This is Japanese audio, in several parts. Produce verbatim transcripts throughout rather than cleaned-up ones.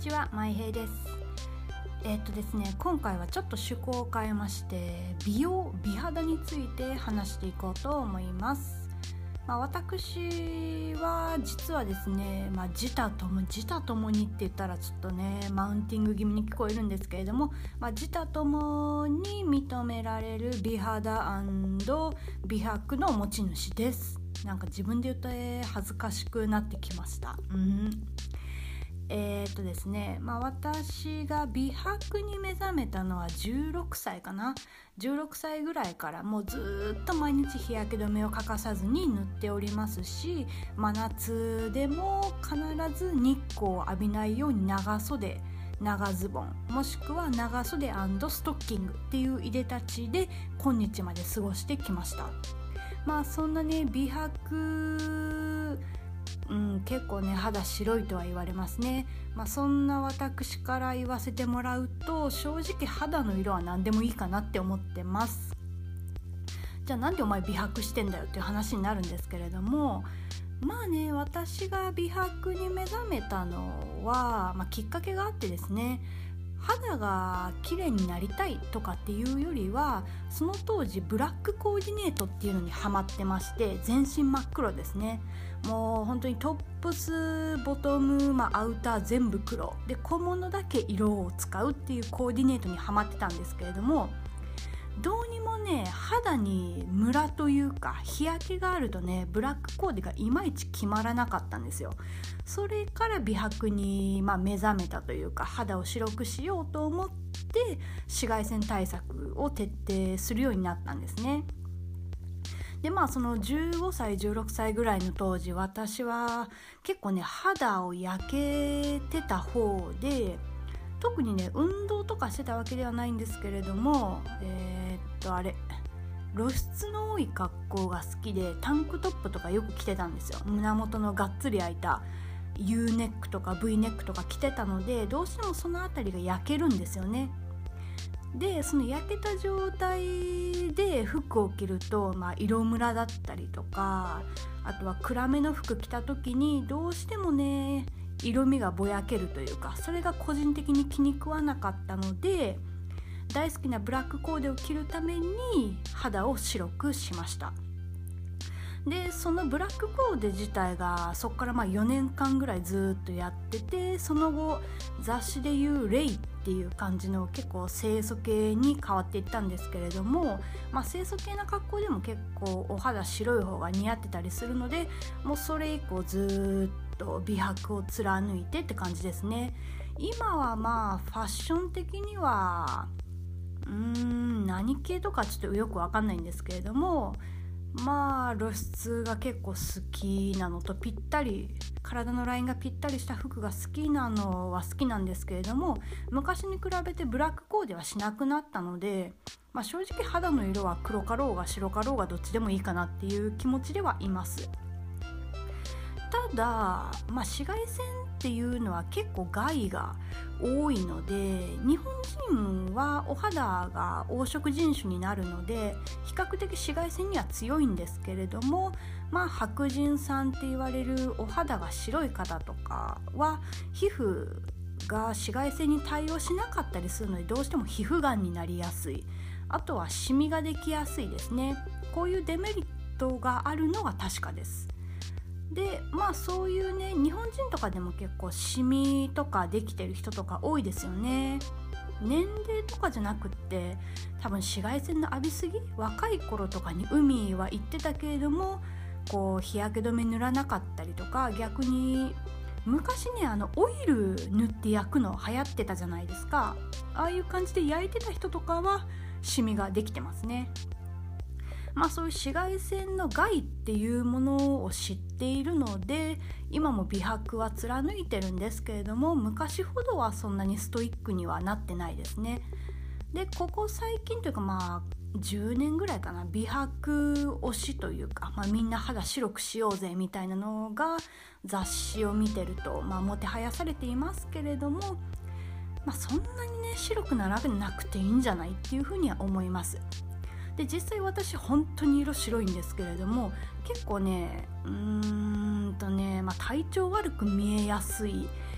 ちは、まいへいです。えー、っとですね今回はちょっと趣向を変えまして美容美肌について話していこうと思います。まあ、私は実はですね、まあ、自他とも自他ともにって言ったらちょっとねマウンティング気味に聞こえるんですけれども、まあ、自他ともに認められる美肌&美白の持ち主です。なんか自分で言って恥ずかしくなってきました。うんえーっとですね、まあ、私が美白に目覚めたのはじゅうろくさいかな。じゅうろくさいぐらいからもうずっと毎日日焼け止めを欠かさずに塗っておりますし、真夏でも必ず日光を浴びないように長袖長ズボンもしくは長袖&ストッキングっていういでたちで今日まで過ごしてきました。まあそんなね美白うん、結構ね肌白いとは言われますね。まあ、そんな私から言わせてもらうと正直肌の色は何でもいいかなって思ってます。じゃあなんでお前美白してんだよっていう話になるんですけれども、まあね私が美白に目覚めたのは、まあ、きっかけがあってですね、肌が綺麗になりたいとかっていうよりはその当時ブラックコーディネートっていうのにハマってまして、全身真っ黒ですね。もう本当にトップスボトム、まあ、アウター全部黒で小物だけ色を使うっていうコーディネートにハマってたんですけれども、どうにもね肌にムラというか日焼けがあるとねブラックコーデがいまいち決まらなかったんですよ。それから美白に、まあ、目覚めたというか肌を白くしようと思って紫外線対策を徹底するようになったんですね。でまあそのじゅうごさいじゅうろくさいぐらいの当時、私は結構ね肌を焼けてた方で、特にね運動とかしてたわけではないんですけれども、えー、っとあれ露出の多い格好が好きでタンクトップとかよく着てたんですよ。胸元のがっつり開いた U ネックとか V ネックとか着てたので、どうしてもそのあたりが焼けるんですよね。でその焼けた状態で服を着ると、まあ、色ムラだったりとか、あとは暗めの服着た時にどうしてもね色味がぼやけるというか、それが個人的に気に食わなかったので、大好きなブラックコーデを着るために肌を白くしました。でそのブラックコーデ自体がそこからまあよねんかんぐらいずっとやってて、その後雑誌でいうレイっていう感じの結構清楚系に変わっていったんですけれども、まあ、清楚系な格好でも結構お肌白い方が似合ってたりするので、もうそれ以降ずっと美白を貫いてって感じですね。今はまあファッション的にはうーん何系とかちょっとよくわかんないんですけれども、まあ露出が結構好きなのと、ぴったり体のラインがぴったりした服が好きなのは好きなんですけれども、昔に比べてブラックコーデはしなくなったので、まあ、正直肌の色は黒かろうが白かろうがどっちでもいいかなっていう気持ちではいます。ただ、まあ、紫外線っていうのは結構害が多いので、日本人はお肌が黄色人種になるので比較的紫外線には強いんですけれども、まあ、白人さんって言われるお肌が白い方とかは皮膚が紫外線に対応しなかったりするので、どうしても皮膚がんになりやすい、あとはシミができやすいですね。こういうデメリットがあるのは確かです。でまあそういうね日本人とかでも結構シミとかできてる人とか多いですよね。年齢とかじゃなくって多分紫外線の浴びすぎ、若い頃とかに海は行ってたけれどもこう日焼け止め塗らなかったりとか、逆に昔ねあのオイル塗って焼くの流行ってたじゃないですか。ああいう感じで焼いてた人とかはシミができてますね。まあそういう紫外線の害っていうものを知っているので今も美白は貫いてるんですけれども、昔ほどはそんなにストイックにはなってないですね。でここ最近というかまあじゅうねんぐらいかな、美白推しというか、まあ、みんな肌白くしようぜみたいなのが雑誌を見てると、まあ、もてはやされていますけれども、まあ、そんなにね白くならなくていいんじゃないっていうふうには思います。で実際私本当に色白いんですけれども、結構ねうーんとね、まあ、体調悪く見えやすい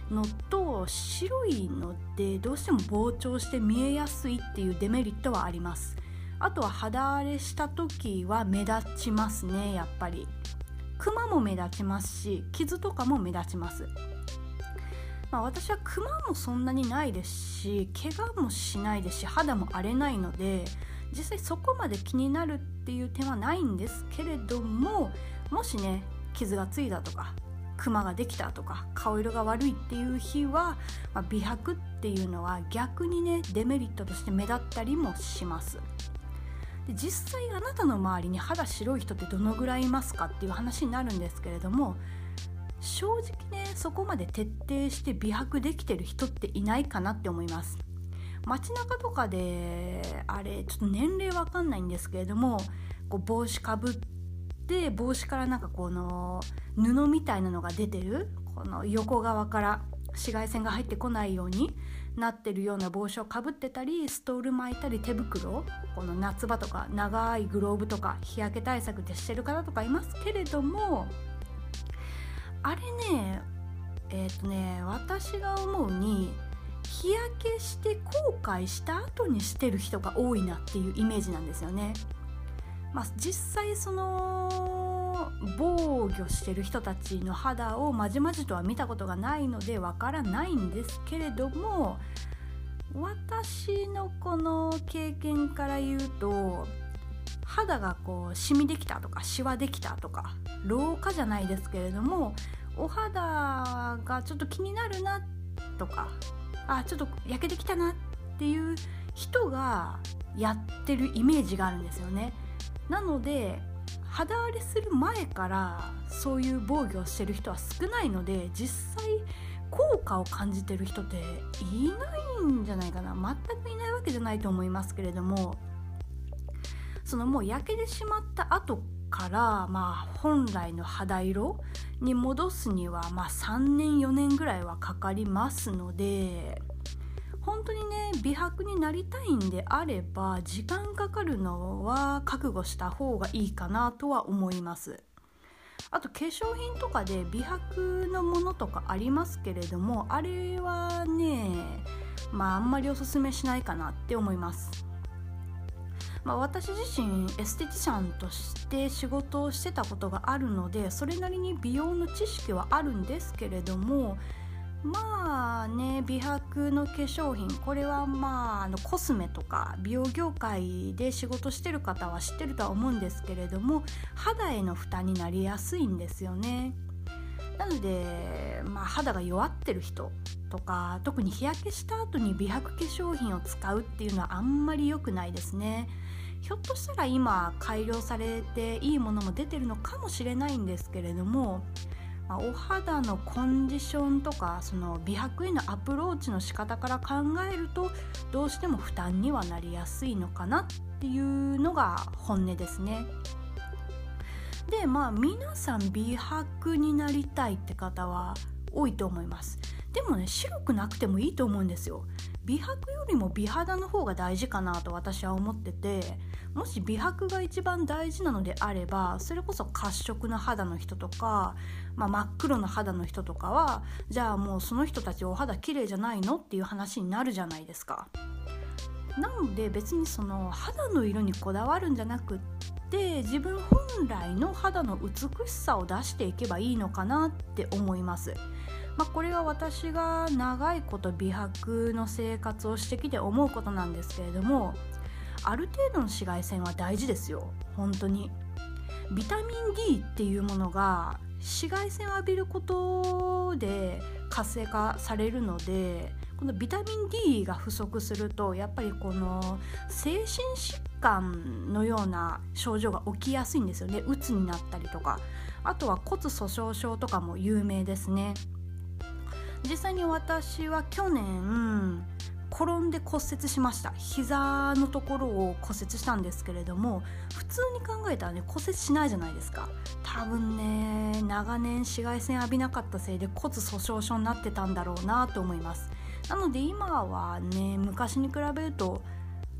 のと白いのでどうしても膨張して見えやすいっていうデメリットはあります。あとは肌荒れした時は目立ちますね。やっぱりクマも目立ちますし、傷とかも目立ちます。まあ、私はクマもそんなにないですし、怪我もしないですし、肌も荒れないので実際そこまで気になるっていう点はないんですけれども、もしね傷がついたとかクマができたとか顔色が悪いっていう日は、まあ、美白っていうのは逆にねデメリットとして目立ったりもします。で実際あなたの周りに肌白い人ってどのぐらいいますかっていう話になるんですけれども、正直ねそこまで徹底して美白できてる人っていないかなって思います。街中とかであれちょっと年齢わかんないんですけれども、こう帽子かぶって帽子からなんかこの布みたいなのが出てる、この横側から紫外線が入ってこないようになってるような帽子をかぶってたり、ストール巻いたり、手袋、この夏場とか長いグローブとか日焼け対策でしてる方とかいますけれども、あれねえっとね私が思うに日焼けして後悔した後にしてる人が多いなっていうイメージなんですよね。まあ、実際その防御してる人たちの肌をまじまじとは見たことがないのでわからないんですけれども、私のこの経験から言うと、肌がこうシミできたとかシワできたとか老化じゃないですけれども、お肌がちょっと気になるなとか、あちょっと焼けてきたなっていう人がやってるイメージがあるんですよね。なので肌荒れする前からそういう防御をしてる人は少ないので、実際効果を感じてる人っていないんじゃないかな。全くいないわけじゃないと思いますけれども、そのもう焼けてしまった後からまあ本来の肌色に戻すにはまあさんねんよねんぐらいはかかりますので、本当にね美白になりたいんであれば時間かかるのは覚悟した方がいいかなとは思います。あと化粧品とかで美白のものとかありますけれども、あれはねまああんまりおすすめしないかなって思います。まあ、私自身エステティシャンとして仕事をしてたことがあるので、それなりに美容の知識はあるんですけれども、まあね美白の化粧品、これはまああのコスメとか美容業界で仕事してる方は知ってるとは思うんですけれども、肌への負担になりやすいんですよね。なので、まあ、肌が弱ってる人とか、特に日焼けした後に美白化粧品を使うっていうのはあんまり良くないですね。ひょっとしたら今改良されていいものも出てるのかもしれないんですけれども、まあ、お肌のコンディションとかその美白へのアプローチの仕方から考えるとどうしても負担にはなりやすいのかなっていうのが本音ですね。でまあ皆さん美白になりたいって方は多いと思います。でもね白くなくてもいいと思うんですよ。美白よりも美肌の方が大事かなと私は思ってて、もし美白が一番大事なのであれば、それこそ褐色の肌の人とか、まあ、真っ黒の肌の人とかはじゃあもうその人たちお肌綺麗じゃないのっていう話になるじゃないですか。なので別にその肌の色にこだわるんじゃなくって自分本来の肌の美しさを出していけばいいのかなって思います。まあ、これは私が長いこと美白の生活をしてきて思うことなんですけれども、ある程度の紫外線は大事ですよ。本当にビタミン ディー っていうものが紫外線を浴びることで活性化されるので、このビタミン ディー が不足するとやっぱりこの精神疾患のような症状が起きやすいんですよね。うつになったりとか、あとは骨粗鬆症とかも有名ですね。実際に私は去年転んで骨折しました。膝のところを骨折したんですけれども、普通に考えたらね骨折しないじゃないですか。多分ね長年紫外線浴びなかったせいで骨粗鬆症になってたんだろうなと思います。なので今はね昔に比べると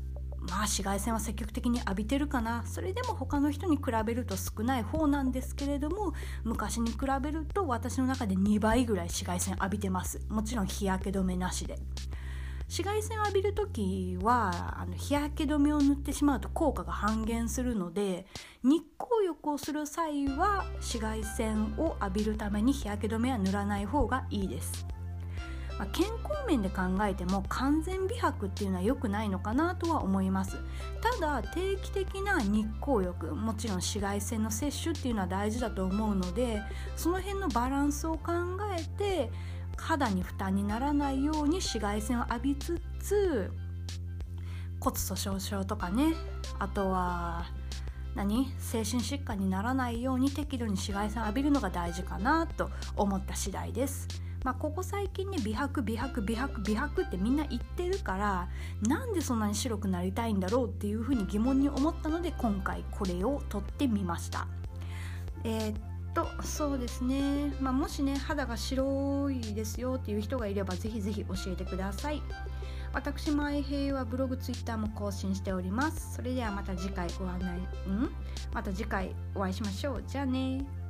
まあ紫外線は積極的に浴びてるかな。それでも他の人に比べると少ない方なんですけれども、昔に比べると私の中でにばいぐらい紫外線浴びてます。もちろん日焼け止めなしで。紫外線を浴びるときはあの日焼け止めを塗ってしまうと効果が半減するので、日光浴をする際は紫外線を浴びるために日焼け止めは塗らない方がいいです。まあ、健康面で考えても完全美白っていうのは良くないのかなとは思います。ただ定期的な日光浴、もちろん紫外線の摂取っていうのは大事だと思うので、その辺のバランスを考えて肌に負担にならないように紫外線を浴びつつ、骨粗しょう症とかね、あとは何精神疾患にならないように適度に紫外線を浴びるのが大事かなと思った次第です。まあ、ここ最近ね、美白美白美白美白ってみんな言ってるから、なんでそんなに白くなりたいんだろうっていうふうに疑問に思ったので、今回これを撮ってみました。えー、っとそうですね、まあ、もしね肌が白いですよっていう人がいればぜひぜひ教えてください。私前平はブログツイッターも更新しております。それではまた次回ご案内んまた次回お会いしましょう。じゃあね。